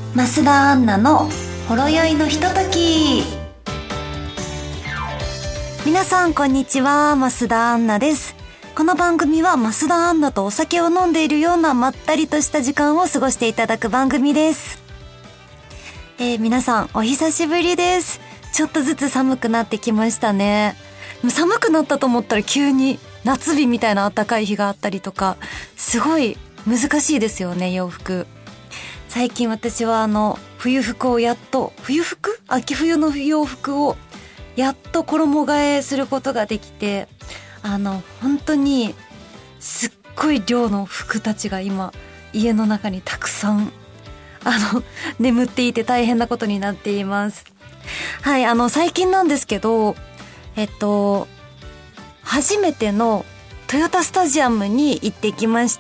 増田アンナのほろ酔いのひととき。皆さんこんにちは、増田アンナです。この番組は増田アンナとお酒を飲んでいるようなまったりとした時間を過ごしていただく番組です。皆さんお久しぶりです。ちょっとずつ寒くなってきましたね。寒くなったと思ったら急に夏日みたいな暖かい日があったりとか、すごい難しいですよね、洋服。最近私は冬服をやっと、秋冬の洋服をやっと衣替えすることができて、本当にすっごい量の服たちが今家の中にたくさん眠っていて大変なことになっています。はい、最近なんですけど、初めてのトヨタスタジアムに行ってきました。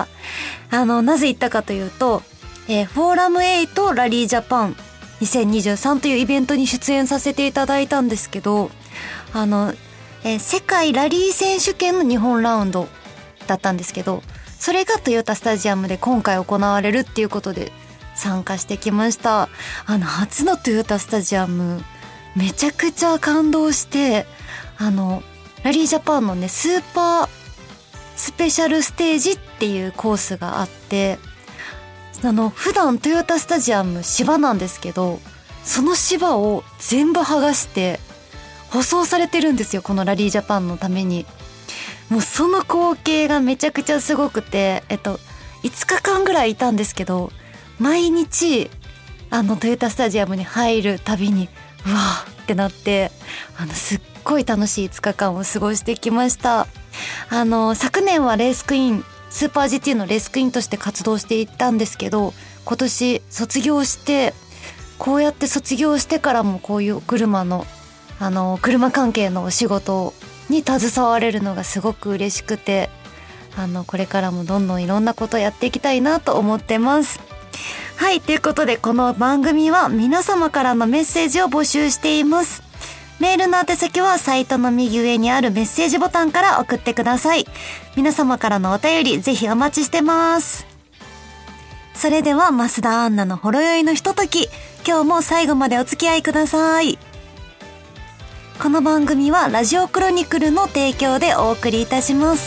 なぜ行ったかというと、フォーラム8ラリージャパン2023というイベントに出演させていただいたんですけど、世界ラリー選手権の日本ラウンドだったんですけど、それがトヨタスタジアムで今回行われるっていうことで参加してきました。初のトヨタスタジアムめちゃくちゃ感動して、ラリージャパンのね、スーパースペシャルステージっていうコースがあって、普段トヨタスタジアム芝なんですけど、その芝を全部剥がして舗装されてるんですよ、このラリージャパンのために。もうその光景がめちゃくちゃすごくて、5日間ぐらいいたんですけど、毎日トヨタスタジアムに入るたびにうわーってなって、すっごい楽しい5日間を過ごしてきました。昨年はレースクイーン、スーパー GT のレースクイーンとして活動していったんですけど、今年卒業して、こうやって卒業してからもこういう車関係のお仕事に携われるのがすごく嬉しくて、これからもどんどんいろんなことやっていきたいなと思ってます。はい、ということでこの番組は皆様からのメッセージを募集しています。メールの宛先はサイトの右上にあるメッセージボタンから送ってください。皆様からのお便りぜひお待ちしてます。それでは増田アンナのほろ酔いのひととき、今日も最後までお付き合いください。この番組はラジオクロニクルの提供でお送りいたします。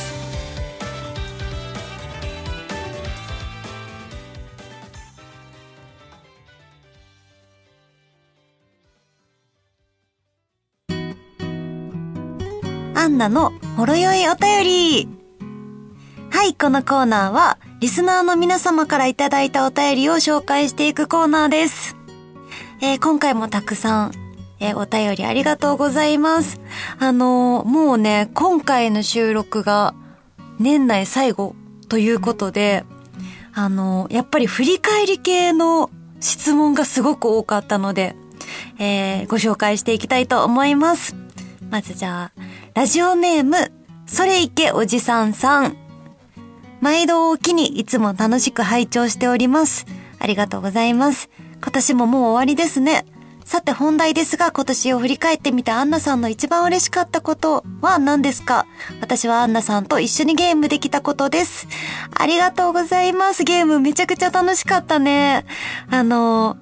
アンナのほろ酔いお便り。はい、このコーナーはリスナーの皆様からいただいたお便りを紹介していくコーナーです。今回もたくさん、お便りありがとうございます。もうね、今回の収録が年内最後ということで、やっぱり振り返り系の質問がすごく多かったので、ご紹介していきたいと思います。まずじゃあ、ラジオネームそれいけおじさんさん。毎度おきにいつも楽しく拝聴しております。ありがとうございます。今年ももう終わりですね。さて本題ですが、今年を振り返ってみたアンナさんの一番嬉しかったことは何ですか？私はアンナさんと一緒にゲームできたことです。ありがとうございます。ゲームめちゃくちゃ楽しかったね。はい、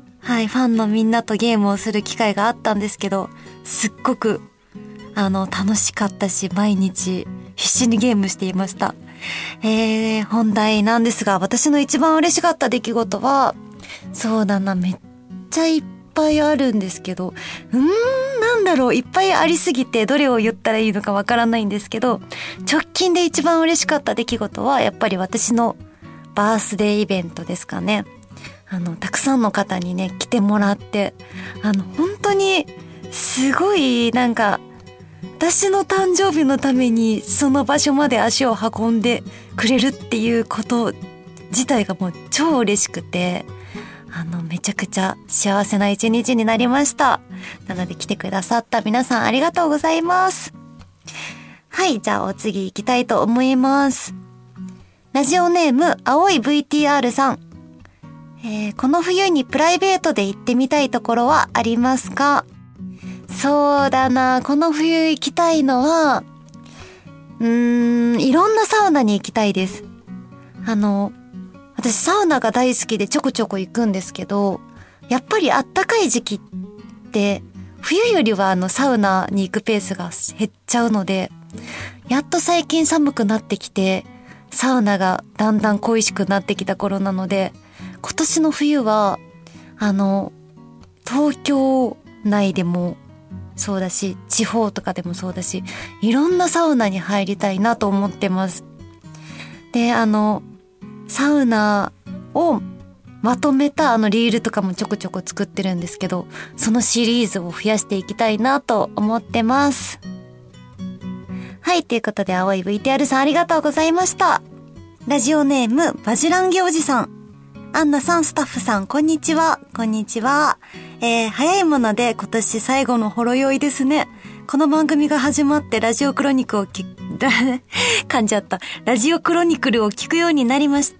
ファンのみんなとゲームをする機会があったんですけど、すっごく楽しかったし、毎日必死にゲームしていました。本題なんですが、私の一番嬉しかった出来事は、そうだな、めっちゃいっぱいあるんですけど、なんだろう、いっぱいありすぎてどれを言ったらいいのかわからないんですけど、直近で一番嬉しかった出来事はやっぱり私のバースデーイベントですかね。たくさんの方にね、来てもらって、本当にすごい私の誕生日のためにその場所まで足を運んでくれるっていうこと自体がもう超嬉しくて、めちゃくちゃ幸せな一日になりました。なので来てくださった皆さんありがとうございます。はい、じゃあお次行きたいと思います。ラジオネーム青い VTR さん。この冬にプライベートで行ってみたいところはありますか？そうだな、この冬行きたいのは、いろんなサウナに行きたいです。 私サウナが大好きでちょこちょこ行くんですけど、やっぱりあったかい時期って冬よりはサウナに行くペースが減っちゃうので、やっと最近寒くなってきてサウナがだんだん恋しくなってきた頃なので、今年の冬は東京内でもそうだし、地方とかでもそうだし、いろんなサウナに入りたいなと思ってます。で、サウナをまとめたリールとかもちょこちょこ作ってるんですけど、そのシリーズを増やしていきたいなと思ってます。はい、ということで青い VTR さんありがとうございました。ラジオネームバジランギおじさん、アンナさん、スタッフさん、こんにちは。こんにちは。早いもので今年最後のほろ酔いですね。この番組が始まってラジオクロニクルを噛んじゃった。ラジオクロニクルを聞くようになるのって。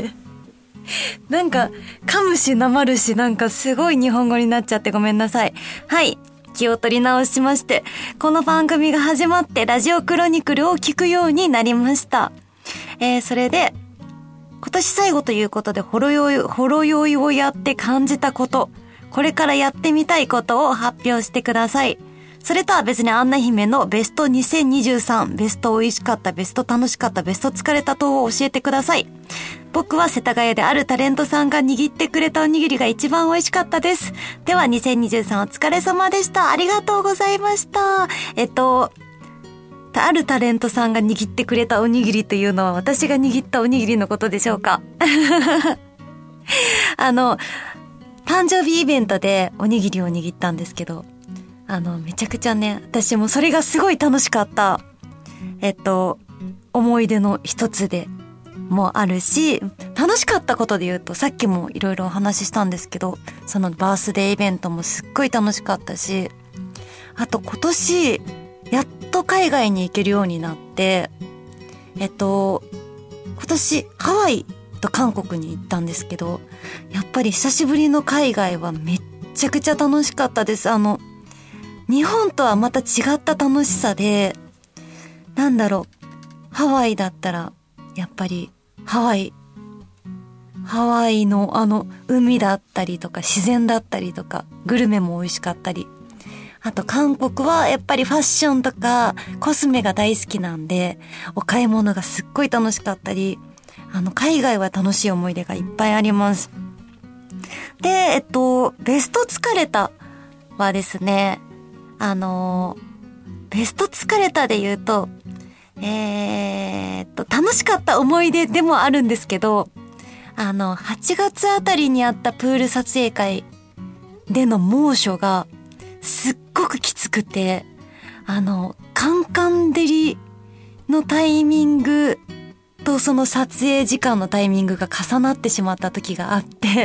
なんか、噛むしなまるし、なんかすごい日本語になっちゃってごめんなさい。はい。気を取り直しまして、この番組が始まってラジオクロニクルを聞くようになりました。それで、今年最後ということでほろ酔いをやって感じたこと、これからやってみたいことを発表してください。それとは別にアンナ姫のベスト2023、ベスト美味しかった、ベスト楽しかった、ベスト疲れた等を教えてください。僕は世田谷であるタレントさんが握ってくれたおにぎりが一番美味しかったです。では2023お疲れ様でした。ありがとうございました。あるタレントさんが握ってくれたおにぎりというのは私が握ったおにぎりのことでしょうか？誕生日イベントでおにぎりを握ったんですけど、めちゃくちゃね、私もそれがすごい楽しかった、思い出の一つでもあるし、楽しかったことで言うと、さっきもいろいろお話ししたんですけど、そのバースデーイベントもすっごい楽しかったし、あと今年、やっと海外に行けるようになって、今年ハワイと韓国に行ったんですけど、やっぱり久しぶりの海外はめっちゃくちゃ楽しかったです。日本とはまた違った楽しさで、なんだろう、ハワイだったら、やっぱりハワイの海だったりとか自然だったりとか、グルメも美味しかったり、あと韓国はやっぱりファッションとかコスメが大好きなんで、お買い物がすっごい楽しかったり、海外は楽しい思い出がいっぱいあります。で、ベスト疲れたはですね、ベスト疲れたで言うと、楽しかった思い出でもあるんですけど、8月あたりにあったプール撮影会での猛暑がすっごくきつくて、カンカン照りのタイミングとその撮影時間のタイミングが重なってしまった時があって、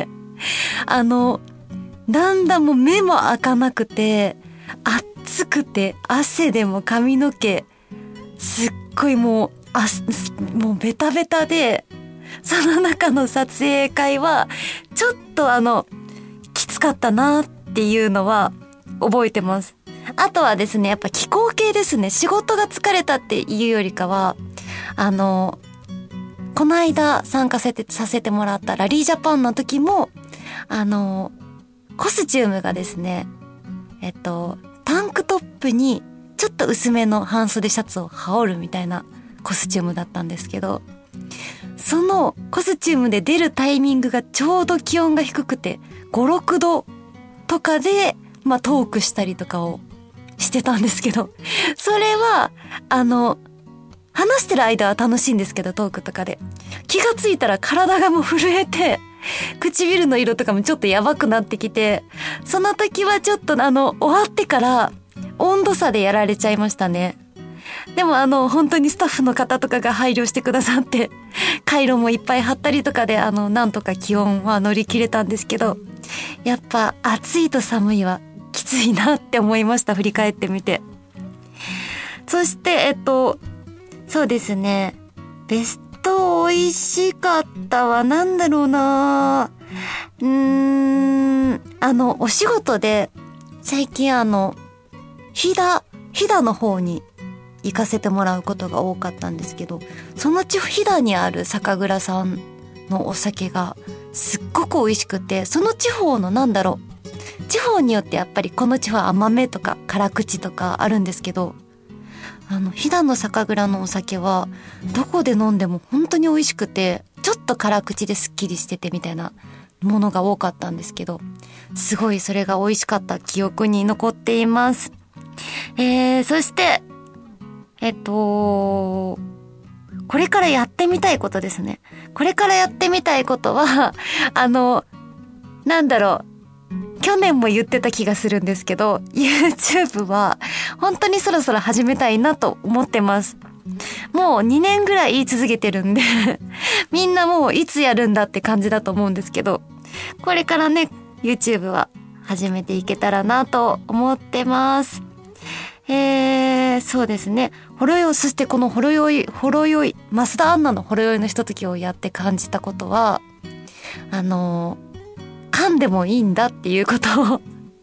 だんだんもう目も開かなくて、暑くて汗でも髪の毛すっごいもうベタベタで、その中の撮影会はちょっときつかったなっていうのは覚えてます。あとはですね、やっぱ気候系ですね。仕事が疲れたっていうよりかは、この間参加させてもらったラリージャパンの時も、コスチュームがですね、タンクトップにちょっと薄めの半袖シャツを羽織るみたいなコスチュームだったんですけど、そのコスチュームで出るタイミングがちょうど気温が低くて5、6度とかで、トークしたりとかをしてたんですけど、それは話してる間は楽しいんですけど、トークとかで気がついたら体がもう震えて、唇の色とかもちょっとやばくなってきて、その時はちょっと終わってから温度差でやられちゃいましたね。でも本当にスタッフの方とかが配慮してくださって、カイロもいっぱい貼ったりとかでなんとか気温は乗り切れたんですけど、やっぱ暑いと寒いはきついなって思いました、振り返ってみて。そしてそうですね、ベスト美味しかったはなんだろうな、お仕事で最近飛騨の方に行かせてもらうことが多かったんですけど、その飛騨にある酒蔵さんのお酒がすっごく美味しくて、その地方の地方によってやっぱりこの地方は甘めとか辛口とかあるんですけど、飛騨の酒蔵のお酒はどこで飲んでも本当に美味しくて、ちょっと辛口ですっきりしててみたいなものが多かったんですけど、すごいそれが美味しかった記憶に残っています。そしてこれからやってみたいことですね。これからやってみたいことは去年も言ってた気がするんですけど、 YouTube は本当にそろそろ始めたいなと思ってます。もう2年ぐらい言い続けてるんでみんなもういつやるんだって感じだと思うんですけど、これからね YouTube は始めていけたらなと思ってます。そうですね。そしてこのほろ酔い、増田アンナのほろ酔いのひとときをやって感じたことは、噛んでもいいんだっていうことを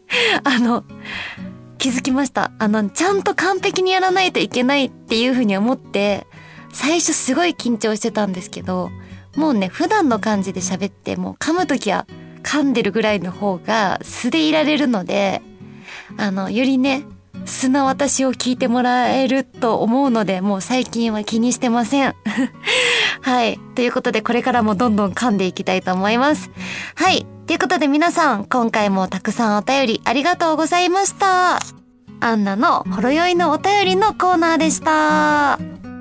気づきました。ちゃんと完璧にやらないといけないっていうふうに思って、最初すごい緊張してたんですけど、もうね、普段の感じで喋って、もう噛むときは噛んでるぐらいの方が素でいられるので、よりね、素な私を聞いてもらえると思うので、もう最近は気にしてませんはい。ということで、これからもどんどん噛んでいきたいと思います。はい。ということで皆さん、今回もたくさんお便りありがとうございました。アンナのほろ酔いのお便りのコーナーでした。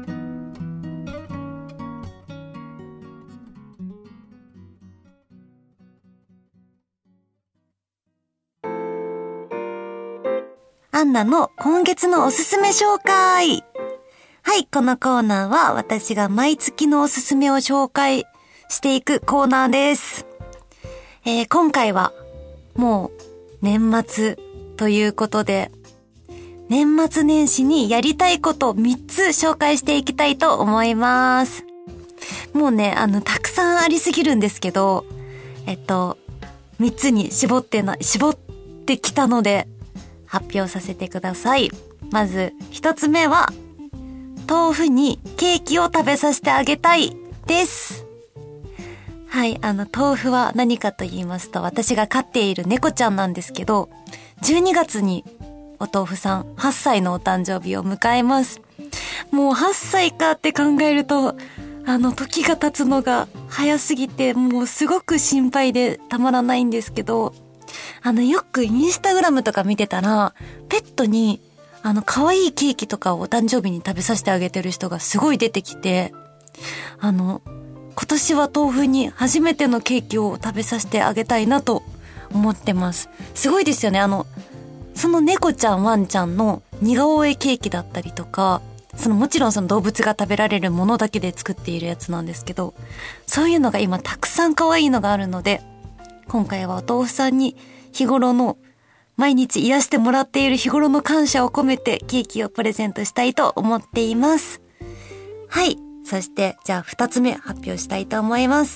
アンナの今月のおすすめ紹介。はい、このコーナーは私が毎月のおすすめを紹介していくコーナーです。今回はもう年末ということで、年末年始にやりたいこと3つ紹介していきたいと思います。もうね、たくさんありすぎるんですけど、3つに絞ってきたので発表させてください。まず1つ目は、豆腐にケーキを食べさせてあげたいです。はい、豆腐は何かと言いますと、私が飼っている猫ちゃんなんですけど、12月にお豆腐さん8歳のお誕生日を迎えます。もう8歳かって考えると、時が経つのが早すぎて、もうすごく心配でたまらないんですけど、よくインスタグラムとか見てたら、ペットに可愛いケーキとかをお誕生日に食べさせてあげてる人がすごい出てきて、今年は豆腐に初めてのケーキを食べさせてあげたいなと思ってます。すごいですよね。その猫ちゃんワンちゃんの似顔絵ケーキだったりとか、もちろんその動物が食べられるものだけで作っているやつなんですけど、そういうのが今たくさん可愛いのがあるので、今回はお豆腐さんに日頃の毎日癒してもらっている日頃の感謝を込めてケーキをプレゼントしたいと思っています。はい。そしてじゃあ2つ目発表したいと思います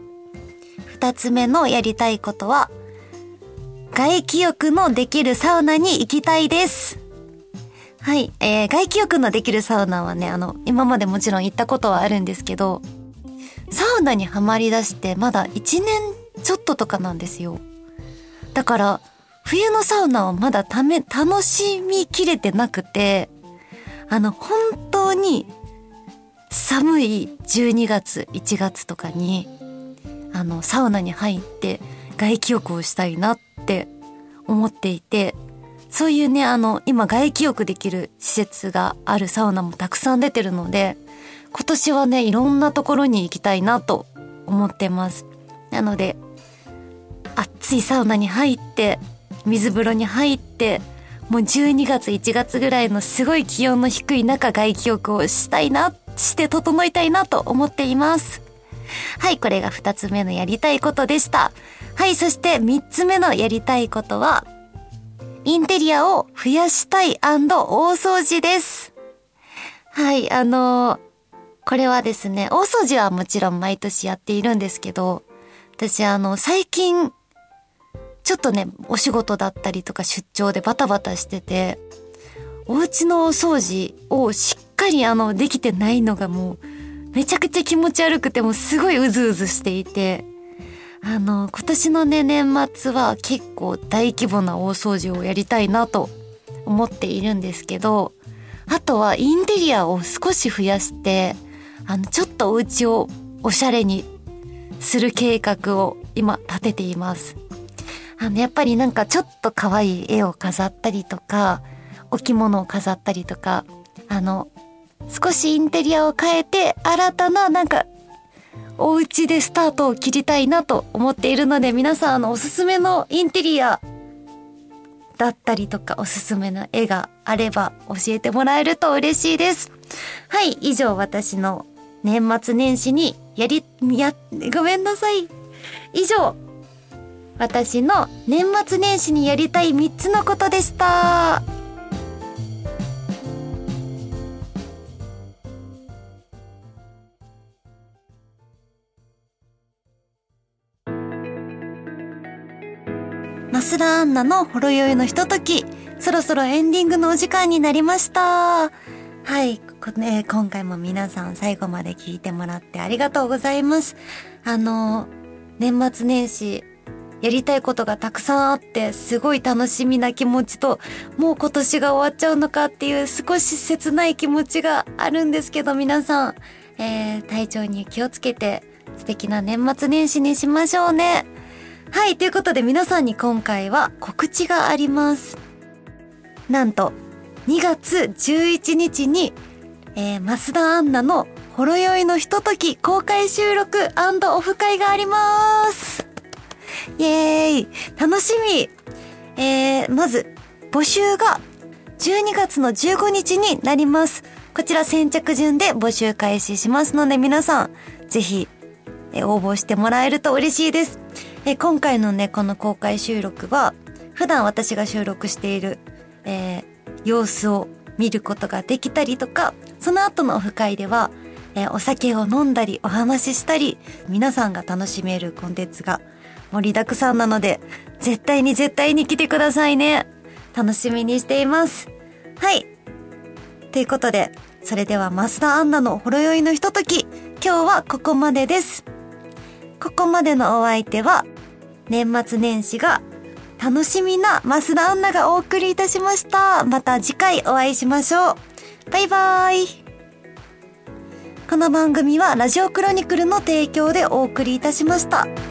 。2つ目のやりたいことは、外気浴のできるサウナに行きたいです。はい。外気浴のできるサウナはね、今までもちろん行ったことはあるんですけど、サウナにはまり出してまだ1年ちょっととかなんですよ。だから冬のサウナをまだ楽しみきれてなくて、本当に寒い12月1月とかにサウナに入って外気浴をしたいなって思っていて、そういうね、今外気浴できる施設があるサウナもたくさん出てるので、今年はね、いろんなところに行きたいなと思ってます。なので暑いサウナに入って、水風呂に入って、もう12月1月ぐらいのすごい気温の低い中、外気浴をして整いたいなと思っています。はい、これが2つ目のやりたいことでした。はい、そして3つ目のやりたいことは、インテリアを増やしたい&大掃除です。はい、これはですね、大掃除はもちろん毎年やっているんですけど、私最近ちょっとね、お仕事だったりとか出張でバタバタしてて、お家のお掃除をしっかりできてないのがもうめちゃくちゃ気持ち悪くてもすごいうずうずしていて、今年のね、年末は結構大規模な大掃除をやりたいなと思っているんですけど、あとはインテリアを少し増やして、ちょっとお家をおしゃれにする計画を今立てています。やっぱりなんかちょっと可愛い絵を飾ったりとか、置物を飾ったりとか、少しインテリアを変えて新たななんかお家でスタートを切りたいなと思っているので、皆さんおすすめのインテリアだったりとかおすすめの絵があれば教えてもらえると嬉しいです。はい、以上私の年末年始にごめんなさい。以上、私の年末年始にやりたい3つのことでした。増田アンナのほろ酔いのひととき、そろそろエンディングのお時間になりました。はい、今回も皆さん最後まで聞いてもらってありがとうございます。年末年始やりたいことがたくさんあって、すごい楽しみな気持ちと、もう今年が終わっちゃうのかっていう少し切ない気持ちがあるんですけど、皆さん、体調に気をつけて素敵な年末年始にしましょうね。はい、ということで皆さんに今回は告知があります。なんと2月11日に、増田アンナのほろ酔いのひととき公開収録&オフ会があります。イエーイ、楽しみ。まず募集が12月の15日になります。こちら先着順で募集開始しますので、皆さんぜひ応募してもらえると嬉しいです。今回のね、この公開収録は普段私が収録している、様子を見ることができたりとか、その後のオフ会では、お酒を飲んだりお話ししたり、皆さんが楽しめるコンテンツが盛りだくさんなので、絶対に来てくださいね。楽しみにしています。はい、ということで、それでは増田アンナのほろ酔いのひととき、今日はここまでです。ここまでのお相手は、年末年始が楽しみな増田アンナがお送りいたしました。また次回お会いしましょう。バイバイ。この番組はラジオクロニクルの提供でお送りいたしました。